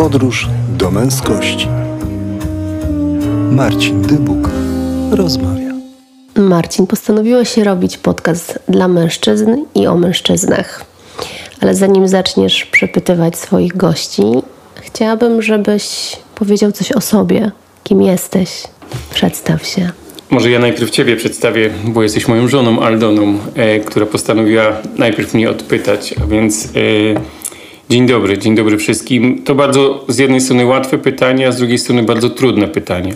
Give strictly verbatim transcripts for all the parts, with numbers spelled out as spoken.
Podróż do męskości. Marcin Dybuk rozmawia. Marcin, postanowiłeś robić podcast dla mężczyzn i o mężczyznach. Ale zanim zaczniesz przepytywać swoich gości, chciałabym, żebyś powiedział coś o sobie. Kim jesteś? Przedstaw się. Może ja najpierw Ciebie przedstawię, bo jesteś moją żoną Aldoną, e, która postanowiła najpierw mnie odpytać, a więc e, dzień dobry, dzień dobry wszystkim. To bardzo z jednej strony łatwe pytanie, a z drugiej strony bardzo trudne pytanie,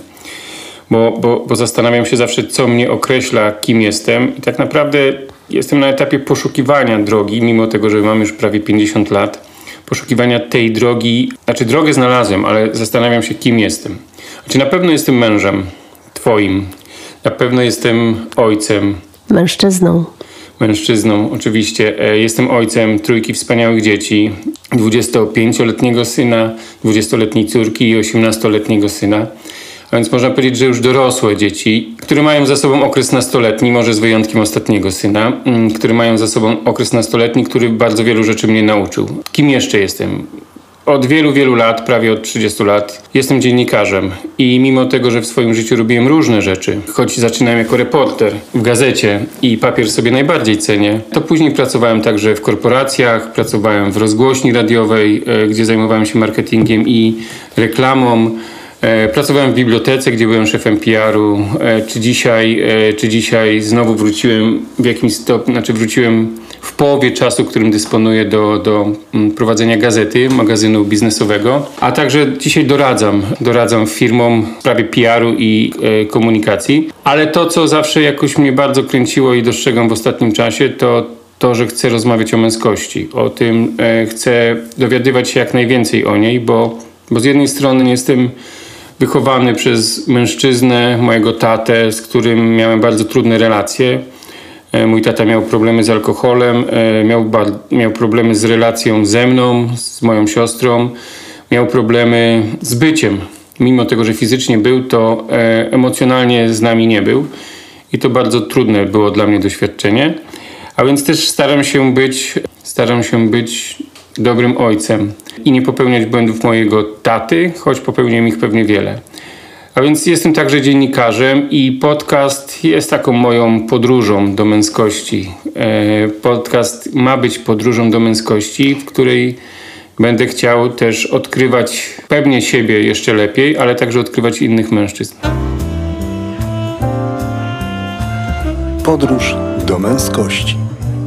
bo, bo, bo zastanawiam się zawsze, co mnie określa, kim jestem i tak naprawdę jestem na etapie poszukiwania drogi, mimo tego, że mam już prawie pięćdziesiąt lat, poszukiwania tej drogi, znaczy drogę znalazłem, ale zastanawiam się, kim jestem. Znaczy na pewno jestem mężem Twoim. Na pewno jestem ojcem. Mężczyzną. Mężczyzną, oczywiście. Jestem ojcem trójki wspaniałych dzieci. dwudziestopięcioletniego syna, dwudziestoletniej córki i osiemnastoletniego syna. A więc można powiedzieć, że już dorosłe dzieci, które mają za sobą okres nastoletni, może z wyjątkiem ostatniego syna, które mają za sobą okres nastoletni, który bardzo wielu rzeczy mnie nauczył. Kim jeszcze jestem? Od wielu, wielu lat, prawie od trzydziestu lat, jestem dziennikarzem i mimo tego, że w swoim życiu robiłem różne rzeczy, choć zaczynałem jako reporter w gazecie i papier sobie najbardziej cenię, to później pracowałem także w korporacjach, pracowałem w rozgłośni radiowej, gdzie zajmowałem się marketingiem i reklamą. Pracowałem w bibliotece, gdzie byłem szefem P R-u. Czy dzisiaj, czy dzisiaj znowu wróciłem w jakimś stopniu, znaczy wróciłem w połowie czasu, którym dysponuję do, do prowadzenia gazety, magazynu biznesowego. A także dzisiaj doradzam, doradzam firmom w sprawie P R-u i e, komunikacji. Ale to, co zawsze jakoś mnie bardzo kręciło i dostrzegam w ostatnim czasie, to to, że chcę rozmawiać o męskości. O tym e, chcę dowiadywać się jak najwięcej o niej, bo, bo z jednej strony jestem wychowany przez mężczyznę, mojego tatę, z którym miałem bardzo trudne relacje. Mój tata miał problemy z alkoholem, miał, miał problemy z relacją ze mną, z moją siostrą, miał problemy z byciem. Mimo tego, że fizycznie był, to emocjonalnie z nami nie był. I to bardzo trudne było dla mnie doświadczenie. A więc też staram się być, staram się być dobrym ojcem i nie popełniać błędów mojego taty, choć popełniłem ich pewnie wiele. A więc jestem także dziennikarzem i podcast jest taką moją podróżą do męskości. E, podcast ma być podróżą do męskości, w której będę chciał też odkrywać pewnie siebie jeszcze lepiej, ale także odkrywać innych mężczyzn. Podróż do męskości.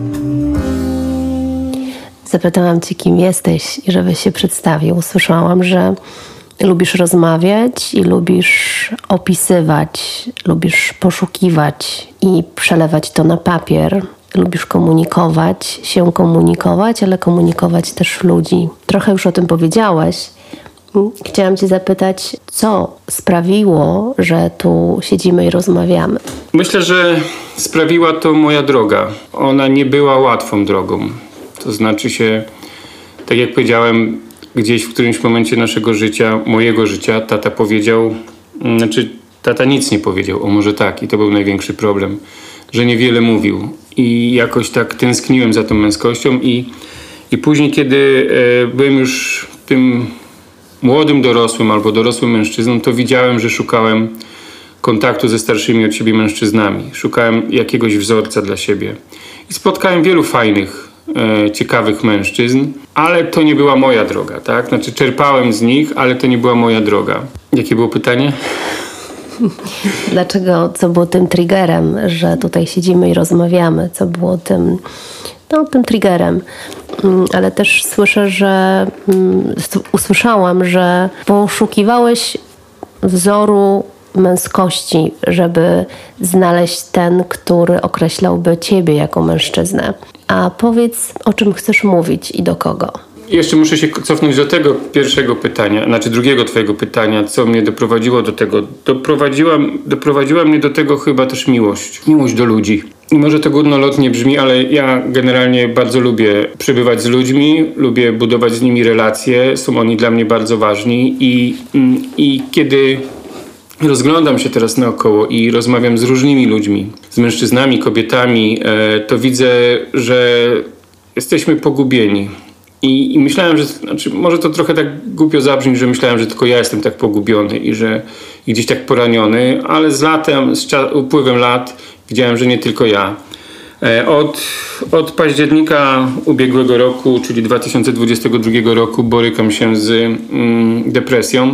Zapytałam Cię, kim jesteś i żebyś się przedstawił. Usłyszałam, że lubisz rozmawiać i lubisz opisywać, lubisz poszukiwać i przelewać to na papier. Lubisz komunikować, się komunikować, ale komunikować też ludzi. Trochę już o tym powiedziałeś. Chciałam Cię zapytać, co sprawiło, że tu siedzimy i rozmawiamy? Myślę, że sprawiła to moja droga. Ona nie była łatwą drogą. To znaczy się, tak jak powiedziałem, gdzieś w którymś momencie naszego życia, mojego życia, tata powiedział, znaczy tata nic nie powiedział, o może tak, i to był największy problem, że niewiele mówił. I jakoś tak tęskniłem za tą męskością i, i później, kiedy e, byłem już tym młodym dorosłym albo dorosłym mężczyzną, to widziałem, że szukałem kontaktu ze starszymi od siebie mężczyznami. Szukałem jakiegoś wzorca dla siebie. I spotkałem wielu fajnych, e, ciekawych mężczyzn, ale to nie była moja droga, tak? Znaczy czerpałem z nich, ale to nie była moja droga. Jakie było pytanie? Dlaczego, co było tym triggerem, że tutaj siedzimy i rozmawiamy? Co było tym, no, tym triggerem? Ale też słyszę, że usłyszałam, że poszukiwałeś wzoru męskości, żeby znaleźć ten, który określałby Ciebie jako mężczyznę. A powiedz, o czym chcesz mówić i do kogo? Jeszcze muszę się cofnąć do tego pierwszego pytania, znaczy drugiego twojego pytania, co mnie doprowadziło do tego. Doprowadziła, doprowadziła mnie do tego chyba też miłość. Miłość do ludzi. I może to górnolotnie brzmi, ale ja generalnie bardzo lubię przebywać z ludźmi, lubię budować z nimi relacje, są oni dla mnie bardzo ważni i, i kiedy rozglądam się teraz naokoło i rozmawiam z różnymi ludźmi, z mężczyznami, kobietami, to widzę, że jesteśmy pogubieni. I, I myślałem, że, znaczy może to trochę tak głupio zabrzmi, że myślałem, że tylko ja jestem tak pogubiony i że i gdzieś tak poraniony, ale z latem, z czas, upływem lat widziałem, że nie tylko ja. Od, od października ubiegłego roku, czyli dwa tysiące dwudziestego drugiego roku, borykam się z mm, depresją,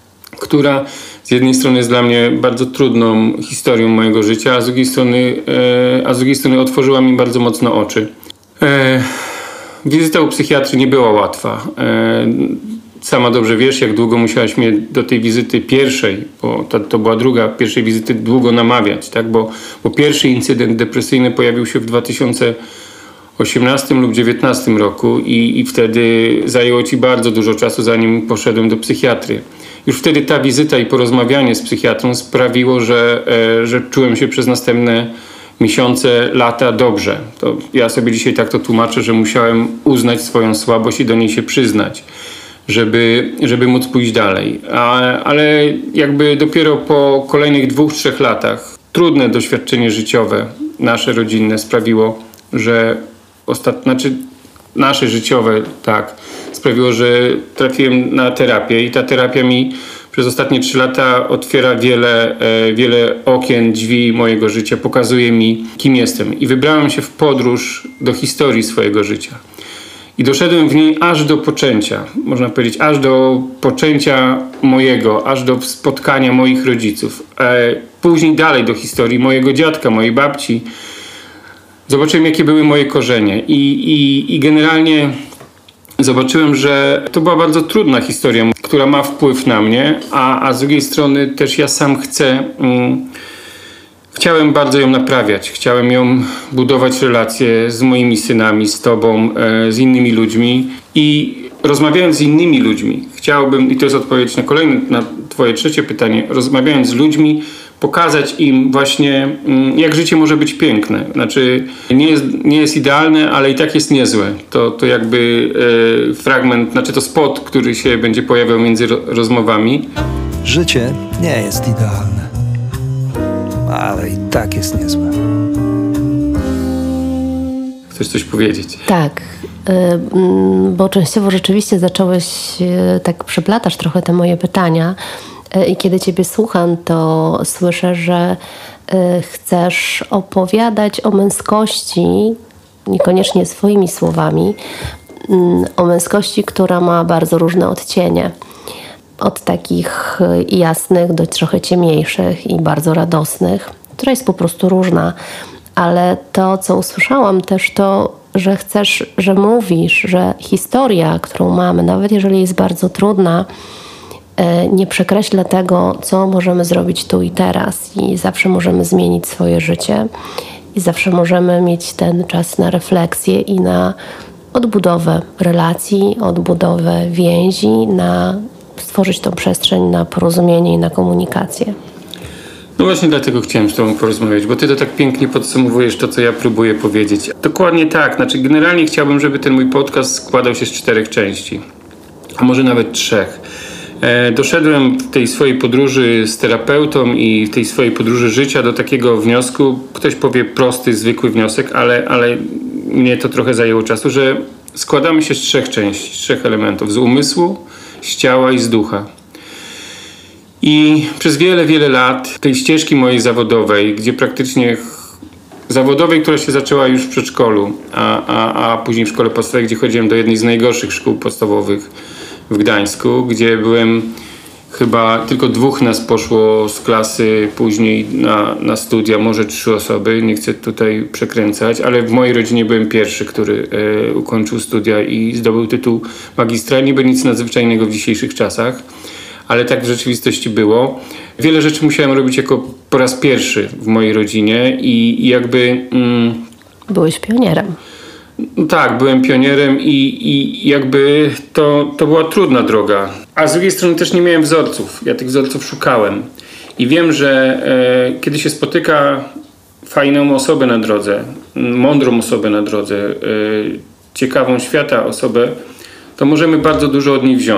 która z jednej strony jest dla mnie bardzo trudną historią mojego życia, a z drugiej strony, e, a z drugiej strony otworzyła mi bardzo mocno oczy. E, wizyta u psychiatry nie była łatwa. E, sama dobrze wiesz, jak długo musiałaś mnie do tej wizyty pierwszej, bo to, to była druga, pierwszej wizyty długo namawiać, tak? Bo, bo pierwszy incydent depresyjny pojawił się w dwa tysiące osiemnastym lub dziewiętnastym roku i, i wtedy zajęło ci bardzo dużo czasu, zanim poszedłem do psychiatry. Już wtedy ta wizyta i porozmawianie z psychiatrą sprawiło, że, e, że czułem się przez następne miesiące, lata dobrze. To ja sobie dzisiaj tak to tłumaczę, że musiałem uznać swoją słabość i do niej się przyznać, żeby, żeby móc pójść dalej. A, ale jakby dopiero po kolejnych dwóch, trzech latach trudne doświadczenie życiowe, nasze rodzinne sprawiło, że ostat... znaczy nasze życiowe, tak, sprawiło, że trafiłem na terapię i ta terapia mi przez ostatnie trzy lata otwiera wiele, e, wiele okien, drzwi mojego życia, pokazuje mi, kim jestem. I wybrałem się w podróż do historii swojego życia. I doszedłem w niej aż do poczęcia, można powiedzieć, aż do poczęcia mojego, aż do spotkania moich rodziców. E, później dalej do historii mojego dziadka, mojej babci. Zobaczyłem, jakie były moje korzenie i, i, i generalnie zobaczyłem, że to była bardzo trudna historia, która ma wpływ na mnie, a, a z drugiej strony też ja sam chcę, mm, chciałem bardzo ją naprawiać, chciałem ją budować relacje z moimi synami, z tobą, e, z innymi ludźmi i rozmawiając z innymi ludźmi, chciałbym, i to jest odpowiedź na kolejne, na twoje trzecie pytanie, rozmawiając z ludźmi, pokazać im właśnie, jak życie może być piękne. Znaczy, nie jest, nie jest idealne, ale i tak jest niezłe. To, to jakby e, fragment, znaczy to spot, który się będzie pojawiał między ro- rozmowami. Życie nie jest idealne, ale i tak jest niezłe. Chcesz coś powiedzieć? Tak, bo częściowo rzeczywiście zacząłeś, tak przeplatasz trochę te moje pytania i kiedy ciebie słucham, to słyszę, że chcesz opowiadać o męskości, niekoniecznie swoimi słowami, o męskości, która ma bardzo różne odcienie. Od takich jasnych do trochę ciemniejszych i bardzo radosnych, która jest po prostu różna. Ale to, co usłyszałam też, to, że chcesz, że mówisz, że historia, którą mamy, nawet jeżeli jest bardzo trudna, nie przekreśla tego, co możemy zrobić tu i teraz. I zawsze możemy zmienić swoje życie. I zawsze możemy mieć ten czas na refleksję i na odbudowę relacji, odbudowę więzi, na stworzyć tą przestrzeń na porozumienie i na komunikację. No właśnie dlatego chciałem z tobą porozmawiać, bo ty to tak pięknie podsumowujesz to, co ja próbuję powiedzieć. Dokładnie tak, znaczy generalnie chciałbym, żeby ten mój podcast składał się z czterech części, a może nawet trzech. E, doszedłem w tej swojej podróży z terapeutą i w tej swojej podróży życia do takiego wniosku, ktoś powie prosty, zwykły wniosek, ale, ale mnie to trochę zajęło czasu, że składamy się z trzech części, z trzech elementów, z umysłu, z ciała i z ducha. I przez wiele, wiele lat tej ścieżki mojej zawodowej, gdzie praktycznie zawodowej, która się zaczęła już w przedszkolu, a, a, a później w szkole podstawowej, gdzie chodziłem do jednej z najgorszych szkół podstawowych w Gdańsku, gdzie byłem, chyba tylko dwóch nas poszło z klasy później na, na studia, może trzy osoby, nie chcę tutaj przekręcać, ale w mojej rodzinie byłem pierwszy, który e, ukończył studia i zdobył tytuł magistra. Niby nic nadzwyczajnego w dzisiejszych czasach, ale tak w rzeczywistości było. Wiele rzeczy musiałem robić jako po raz pierwszy w mojej rodzinie i, i jakby... Mm, Byłeś pionierem. No tak, byłem pionierem i, i jakby to, to była trudna droga. A z drugiej strony też nie miałem wzorców. Ja tych wzorców szukałem. I wiem, że e, kiedy się spotyka fajną osobę na drodze, mądrą osobę na drodze, e, ciekawą świata osobę, to możemy bardzo dużo od niej wziąć.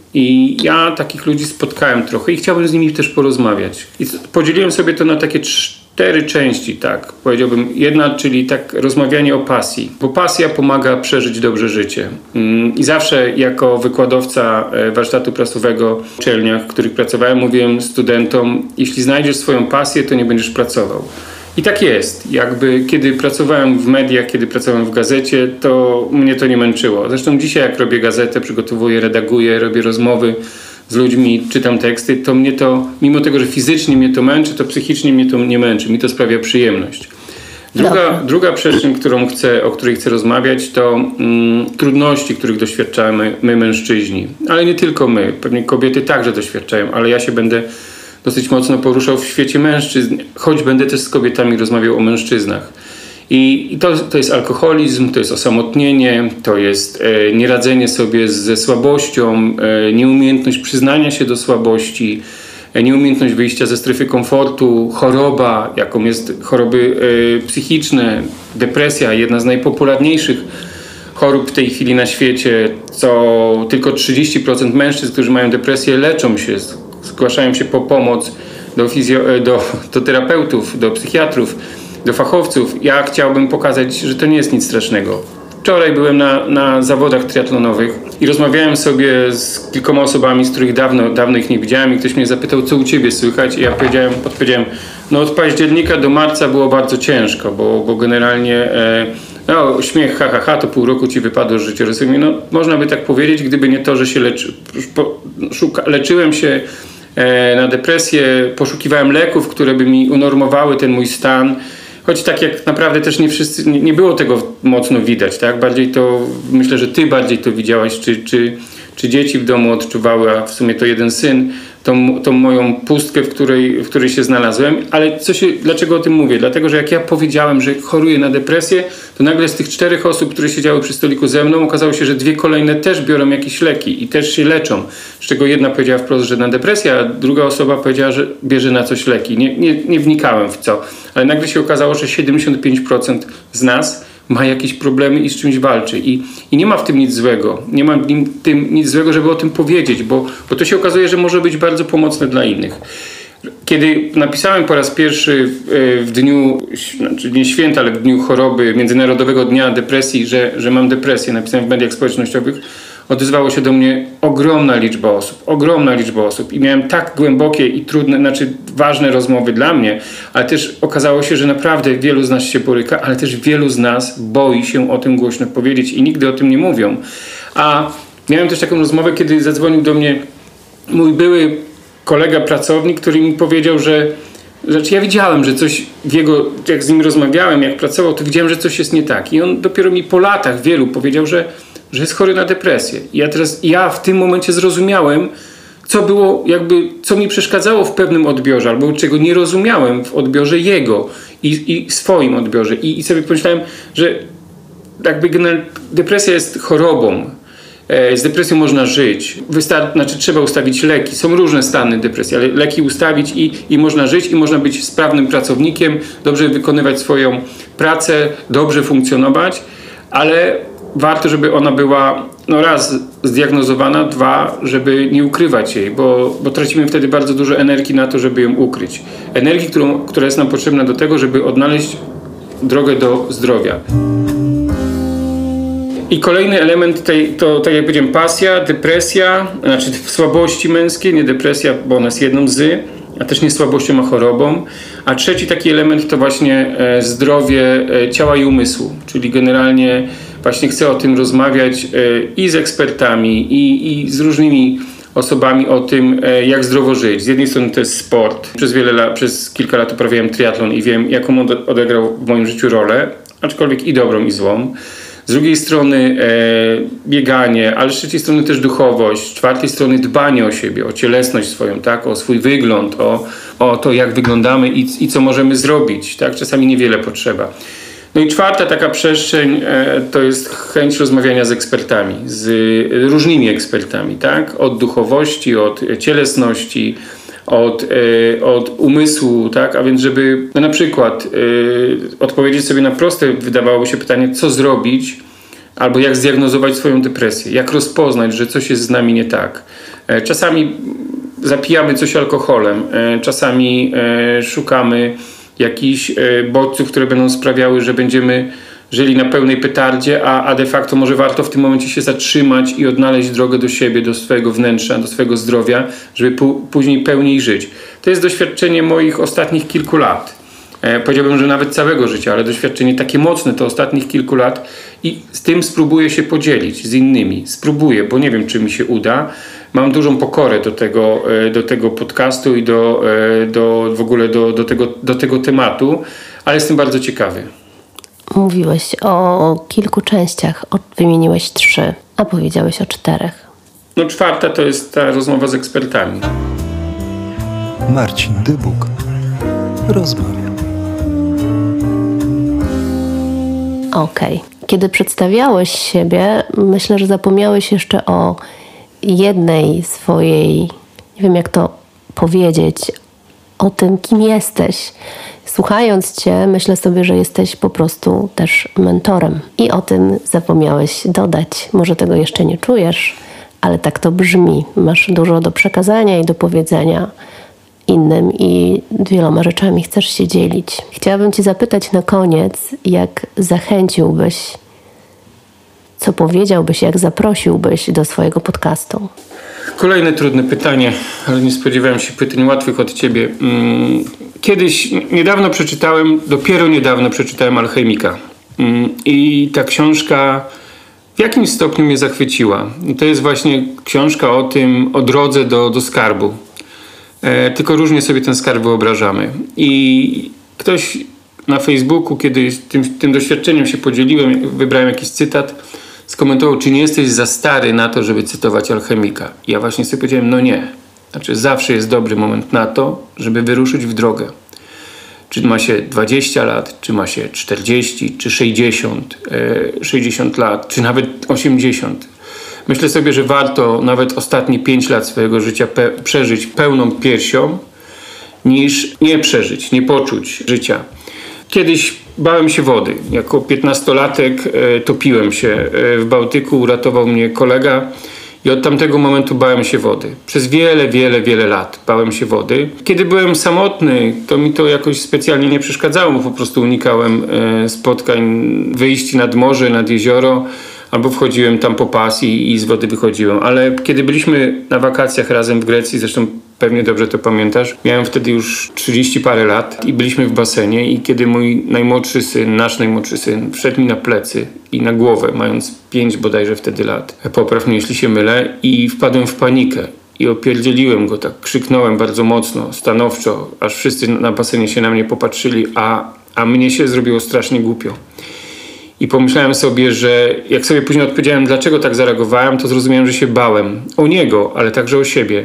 I ja takich ludzi spotkałem trochę i chciałbym z nimi też porozmawiać. I podzieliłem sobie to na takie cztery części, tak powiedziałbym. Jedna, czyli tak rozmawianie o pasji, bo pasja pomaga przeżyć dobrze życie. I zawsze jako wykładowca warsztatu prasowego w uczelniach, w których pracowałem, mówiłem studentom, jeśli znajdziesz swoją pasję, to nie będziesz pracował. I tak jest. Jakby kiedy pracowałem w mediach, kiedy pracowałem w gazecie, to mnie to nie męczyło. Zresztą dzisiaj jak robię gazetę, przygotowuję, redaguję, robię rozmowy z ludźmi, czytam teksty, to mnie to, mimo tego, że fizycznie mnie to męczy, to psychicznie mnie to nie męczy. Mi to sprawia przyjemność. Druga, druga przestrzeń, którą chcę, o której chcę rozmawiać, to mm, trudności, których doświadczamy my mężczyźni. Ale nie tylko my. Pewnie kobiety także doświadczają, ale ja się będę dosyć mocno poruszał w świecie mężczyzn, choć będę też z kobietami rozmawiał o mężczyznach. I, i to, to jest alkoholizm, to jest osamotnienie, to jest e, nieradzenie sobie ze słabością, e, nieumiejętność przyznania się do słabości, e, nieumiejętność wyjścia ze strefy komfortu, choroba, jaką jest choroby e, psychiczne, depresja, jedna z najpopularniejszych chorób w tej chwili na świecie, co tylko trzydzieści procent mężczyzn, którzy mają depresję, leczą się, zgłaszają się po pomoc do, fizjo- do, do terapeutów, do psychiatrów, do fachowców. Ja chciałbym pokazać, że to nie jest nic strasznego. Wczoraj byłem na, na zawodach triatlonowych i rozmawiałem sobie z kilkoma osobami, z których dawno, dawno ich nie widziałem i ktoś mnie zapytał, co u ciebie słychać, i ja powiedziałem, odpowiedziałem, no od października do marca było bardzo ciężko, bo, bo generalnie e, no, śmiech, ha, ha, ha, to pół roku ci wypadło z życia. Rozumiem, no można by tak powiedzieć, gdyby nie to, że się leczy, po, szuka, leczyłem się e, na depresję, poszukiwałem leków, które by mi unormowały ten mój stan. Choć tak jak naprawdę też nie wszyscy, nie, nie było tego mocno widać, tak? Bardziej to, myślę, że ty bardziej to widziałaś, czy, czy, czy dzieci w domu odczuwały, a w sumie to jeden syn, tą, tą moją pustkę, w której, w której się znalazłem. Ale co się, dlaczego o tym mówię? Dlatego, że jak ja powiedziałem, że choruję na depresję, to nagle z tych czterech osób, które siedziały przy stoliku ze mną, okazało się, że dwie kolejne też biorą jakieś leki i też się leczą. Z czego jedna powiedziała wprost, że na depresję, a druga osoba powiedziała, że bierze na coś leki. Nie, nie, nie wnikałem w co. Ale nagle się okazało, że siedemdziesiąt pięć procent z nas ma jakieś problemy i z czymś walczy. I, i nie ma w tym nic złego. Nie ma w tym nic złego, żeby o tym powiedzieć, bo, bo to się okazuje, że może być bardzo pomocne dla innych. Kiedy napisałem po raz pierwszy w, w dniu, znaczy nie święta, ale w dniu choroby, Międzynarodowego Dnia Depresji, że, że mam depresję, napisałem w mediach społecznościowych, odezwało się do mnie ogromna liczba osób, ogromna liczba osób i miałem tak głębokie i trudne, znaczy ważne rozmowy dla mnie, ale też okazało się, że naprawdę wielu z nas się boryka, ale też wielu z nas boi się o tym głośno powiedzieć i nigdy o tym nie mówią. A miałem też taką rozmowę, kiedy zadzwonił do mnie mój były kolega, pracownik, który mi powiedział, że znaczy ja widziałem, że coś w jego, jak z nim rozmawiałem, jak pracował, to widziałem, że coś jest nie tak. I on dopiero mi po latach wielu powiedział, że że jest chory na depresję. I ja teraz, ja w tym momencie zrozumiałem, co było jakby, co mi przeszkadzało w pewnym odbiorze, albo czego nie rozumiałem w odbiorze jego i, i swoim odbiorze. I, I sobie pomyślałem, że jakby depresja jest chorobą. E, z depresją można żyć. Wystar- znaczy trzeba ustawić leki. Są różne stany depresji, ale leki ustawić i, i można żyć i można być sprawnym pracownikiem, dobrze wykonywać swoją pracę, dobrze funkcjonować, ale warto, żeby ona była no raz zdiagnozowana, dwa, żeby nie ukrywać jej, bo, bo tracimy wtedy bardzo dużo energii na to, żeby ją ukryć. Energii, którą, która jest nam potrzebna do tego, żeby odnaleźć drogę do zdrowia. I kolejny element tej, to tak jak powiedziałem, pasja, depresja, znaczy słabości męskie, nie depresja, bo ona jest jedną z, a też nie słabością, a chorobą. A trzeci taki element to właśnie e, zdrowie e, ciała i umysłu, czyli generalnie właśnie chcę o tym rozmawiać e, i z ekspertami, i, i z różnymi osobami o tym, e, jak zdrowo żyć. Z jednej strony to jest sport. Przez wiele lat, przez kilka lat uprawiałem triatlon i wiem, jaką on odegrał w moim życiu rolę, aczkolwiek i dobrą, i złą. Z drugiej strony e, bieganie, ale z trzeciej strony też duchowość, z czwartej strony dbanie o siebie, o cielesność swoją, tak, o swój wygląd, o, o to, jak wyglądamy i, i co możemy zrobić. Tak? Czasami niewiele potrzeba. No i czwarta taka przestrzeń e, to jest chęć rozmawiania z ekspertami, z e, różnymi ekspertami, tak? Od duchowości, od cielesności, od, e, od umysłu, tak? A więc żeby no na przykład e, odpowiedzieć sobie na proste, wydawałoby się pytanie, co zrobić, Albo jak zdiagnozować swoją depresję, jak rozpoznać, że coś jest z nami nie tak. Czasami zapijamy coś alkoholem, czasami szukamy jakichś bodźców, które będą sprawiały, że będziemy żyli na pełnej petardzie, a, a de facto może warto w tym momencie się zatrzymać i odnaleźć drogę do siebie, do swojego wnętrza, do swojego zdrowia, żeby pu- później pełniej żyć. To jest doświadczenie moich ostatnich kilku lat. E, powiedziałbym, że nawet całego życia, ale doświadczenie takie mocne to ostatnich kilku lat i z tym spróbuję się podzielić z innymi. Spróbuję, bo nie wiem, czy mi się uda. Mam dużą pokorę do tego, e, do tego podcastu i do, e, do w ogóle do, do, tego, do tego tematu, ale jestem bardzo ciekawy. Mówiłeś o kilku częściach, wymieniłeś trzy, a powiedziałeś o czterech. No czwarta to jest ta rozmowa z ekspertami. Marcin Dybuk rozmawia. Okej. Okay. Kiedy przedstawiałeś siebie, myślę, że zapomniałeś jeszcze o jednej swojej, nie wiem jak to powiedzieć, o tym, kim jesteś. Słuchając Cię, myślę sobie, że jesteś po prostu też mentorem. I o tym zapomniałeś dodać. Może tego jeszcze nie czujesz, ale tak to brzmi. Masz dużo do przekazania i do powiedzenia innym i wieloma rzeczami chcesz się dzielić. Chciałabym Cię zapytać na koniec, jak zachęciłbyś, co powiedziałbyś, jak zaprosiłbyś do swojego podcastu? Kolejne trudne pytanie, ale nie spodziewałem się pytań łatwych od Ciebie. Kiedyś, niedawno przeczytałem, dopiero niedawno przeczytałem Alchemika. I ta książka w jakimś stopniu mnie zachwyciła. To jest właśnie książka o tym, o drodze do, do skarbu. E, tylko różnie sobie ten skarb wyobrażamy. I ktoś na Facebooku, kiedy tym, tym doświadczeniem się podzieliłem, wybrałem jakiś cytat, skomentował, czy nie jesteś za stary na to, żeby cytować Alchemika. I ja właśnie sobie powiedziałem, no nie. Znaczy zawsze jest dobry moment na to, żeby wyruszyć w drogę. Czy ma się dwadzieścia lat, czy ma się czterdzieści, czy sześćdziesiąt, e, sześćdziesiąt lat, czy nawet osiemdziesiąt. Myślę sobie, że warto nawet ostatnie pięć lat swojego życia pe- przeżyć pełną piersią, niż nie przeżyć, nie poczuć życia. Kiedyś bałem się wody. Jako piętnastolatek e, topiłem się e, w Bałtyku, uratował mnie kolega i od tamtego momentu bałem się wody. Przez wiele, wiele, wiele lat bałem się wody. Kiedy byłem samotny, to mi to jakoś specjalnie nie przeszkadzało, bo po prostu unikałem e, spotkań, wyjść nad morze, nad jezioro, albo wchodziłem tam po pas i, i z wody wychodziłem. Ale kiedy byliśmy na wakacjach razem w Grecji, zresztą pewnie dobrze to pamiętasz, miałem wtedy już trzydzieści parę lat i byliśmy w basenie i kiedy mój najmłodszy syn, nasz najmłodszy syn wszedł mi na plecy i na głowę, mając pięć bodajże wtedy lat, popraw mnie jeśli się mylę, i wpadłem w panikę i opierdzieliłem go, tak krzyknąłem bardzo mocno, stanowczo, aż wszyscy na basenie się na mnie popatrzyli, a, a mnie się zrobiło strasznie głupio. I pomyślałem sobie, że jak sobie później odpowiedziałem, dlaczego tak zareagowałem, to zrozumiałem, że się bałem o niego, ale także o siebie.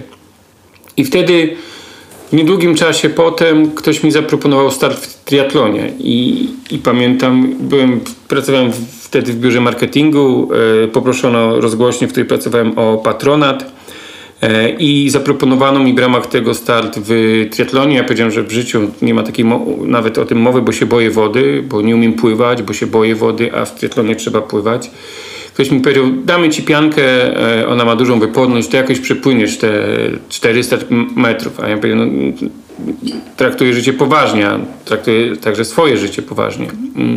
I wtedy w niedługim czasie potem ktoś mi zaproponował start w triatlonie. I, i pamiętam, byłem, pracowałem wtedy w biurze marketingu, e, poproszono rozgłośnię, w której pracowałem, o patronat. E, I zaproponowano mi w ramach tego start w triatlonie. Ja powiedziałem, że w życiu nie ma takiej mo- nawet o tym mowy, bo się boję wody, bo nie umiem pływać, bo się boję wody, a w triatlonie trzeba pływać. Ktoś mi powiedział, damy ci piankę, e, ona ma dużą wypłodność, to jakoś przepłyniesz te czterysta metrów. A ja powiedziałem, no, traktuję życie poważnie, a traktuję także swoje życie poważnie. Mm.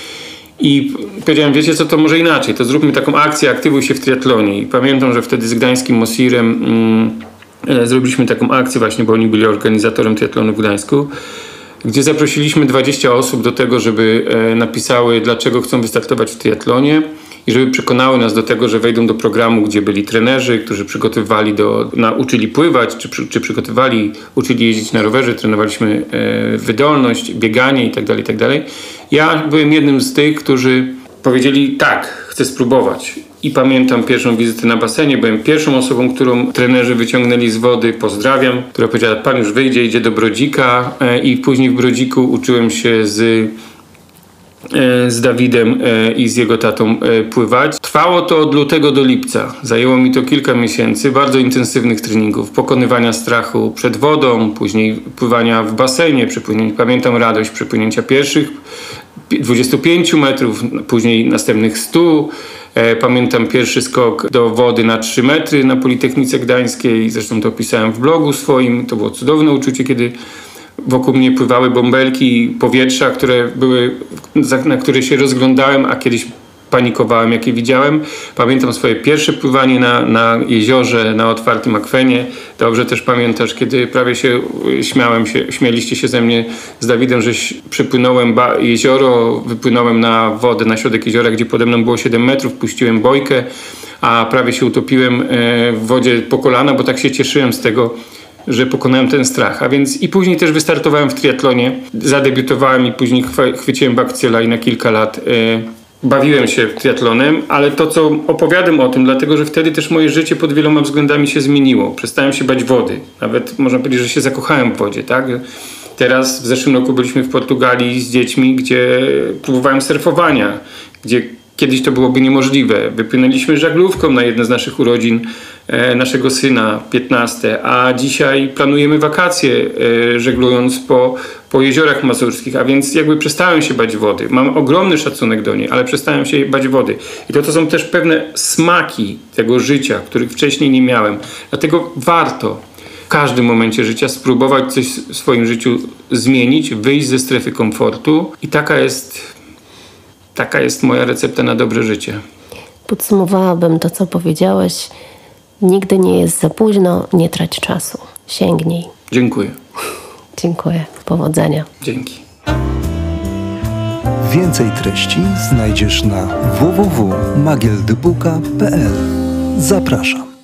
I powiedziałem, wiecie co, to może inaczej, to zróbmy taką akcję, aktywuj się w triatlonie. I pamiętam, że wtedy z gdańskim Mosirem mm, e, zrobiliśmy taką akcję właśnie, bo oni byli organizatorem triatlonu w Gdańsku, gdzie zaprosiliśmy dwadzieścia osób do tego, żeby e, napisały, dlaczego chcą wystartować w triatlonie i żeby przekonały nas do tego, że wejdą do programu, gdzie byli trenerzy, którzy przygotowywali do, nauczyli pływać, czy, czy przygotowywali, uczyli jeździć na rowerze, trenowaliśmy e, wydolność, bieganie itd., itd. Ja byłem jednym z tych, którzy powiedzieli, tak, chcę spróbować. I pamiętam pierwszą wizytę na basenie, byłem pierwszą osobą, którą trenerzy wyciągnęli z wody, pozdrawiam, która powiedziała, pan już wyjdzie, idzie do Brodzika, e, i później w Brodziku uczyłem się z z Dawidem i z jego tatą pływać. Trwało to od lutego do lipca. Zajęło mi to kilka miesięcy bardzo intensywnych treningów, pokonywania strachu przed wodą, później pływania w basenie, przepłynięcia, pamiętam radość przepłynięcia pierwszych dwudziestu pięciu metrów, później następnych stu. Pamiętam pierwszy skok do wody na trzy metry na Politechnice Gdańskiej. Zresztą to opisałem w blogu swoim. To było cudowne uczucie, kiedy wokół mnie pływały bąbelki powietrza, które były, na które się rozglądałem, a kiedyś panikowałem, jakie widziałem. Pamiętam swoje pierwsze pływanie na, na jeziorze, na otwartym akwenie. Dobrze też pamiętasz, kiedy prawie się śmiałem się, śmialiście się ze mnie z Dawidem, że przepłynąłem jezioro, wypłynąłem na wodę, na środek jeziora, gdzie pode mną było siedem metrów, puściłem bojkę, a prawie się utopiłem w wodzie po kolana, bo tak się cieszyłem z tego, że pokonałem ten strach. A więc i później też wystartowałem w triatlonie. Zadebiutowałem i później chwyciłem bakcyla i na kilka lat bawiłem się triatlonem, ale to, co opowiadam o tym, dlatego, że wtedy też moje życie pod wieloma względami się zmieniło. Przestałem się bać wody. Nawet można powiedzieć, że się zakochałem w wodzie, tak? Teraz w zeszłym roku byliśmy w Portugalii z dziećmi, gdzie próbowałem surfowania, gdzie kiedyś to byłoby niemożliwe. Wypłynęliśmy żaglówką na jedne z naszych urodzin e, naszego syna, piętnaste, a dzisiaj planujemy wakacje e, żeglując po, po jeziorach mazurskich, a więc jakby przestałem się bać wody. Mam ogromny szacunek do niej, ale przestałem się bać wody. I to, to są też pewne smaki tego życia, których wcześniej nie miałem. Dlatego warto w każdym momencie życia spróbować coś w swoim życiu zmienić, wyjść ze strefy komfortu i taka jest... Taka jest moja recepta na dobre życie. Podsumowałabym to, co powiedziałeś. Nigdy nie jest za późno, nie trać czasu. Sięgnij. Dziękuję. Dziękuję. Powodzenia. Dzięki. Więcej treści znajdziesz na w w w kropka magieldybuka kropka p l. Zapraszam.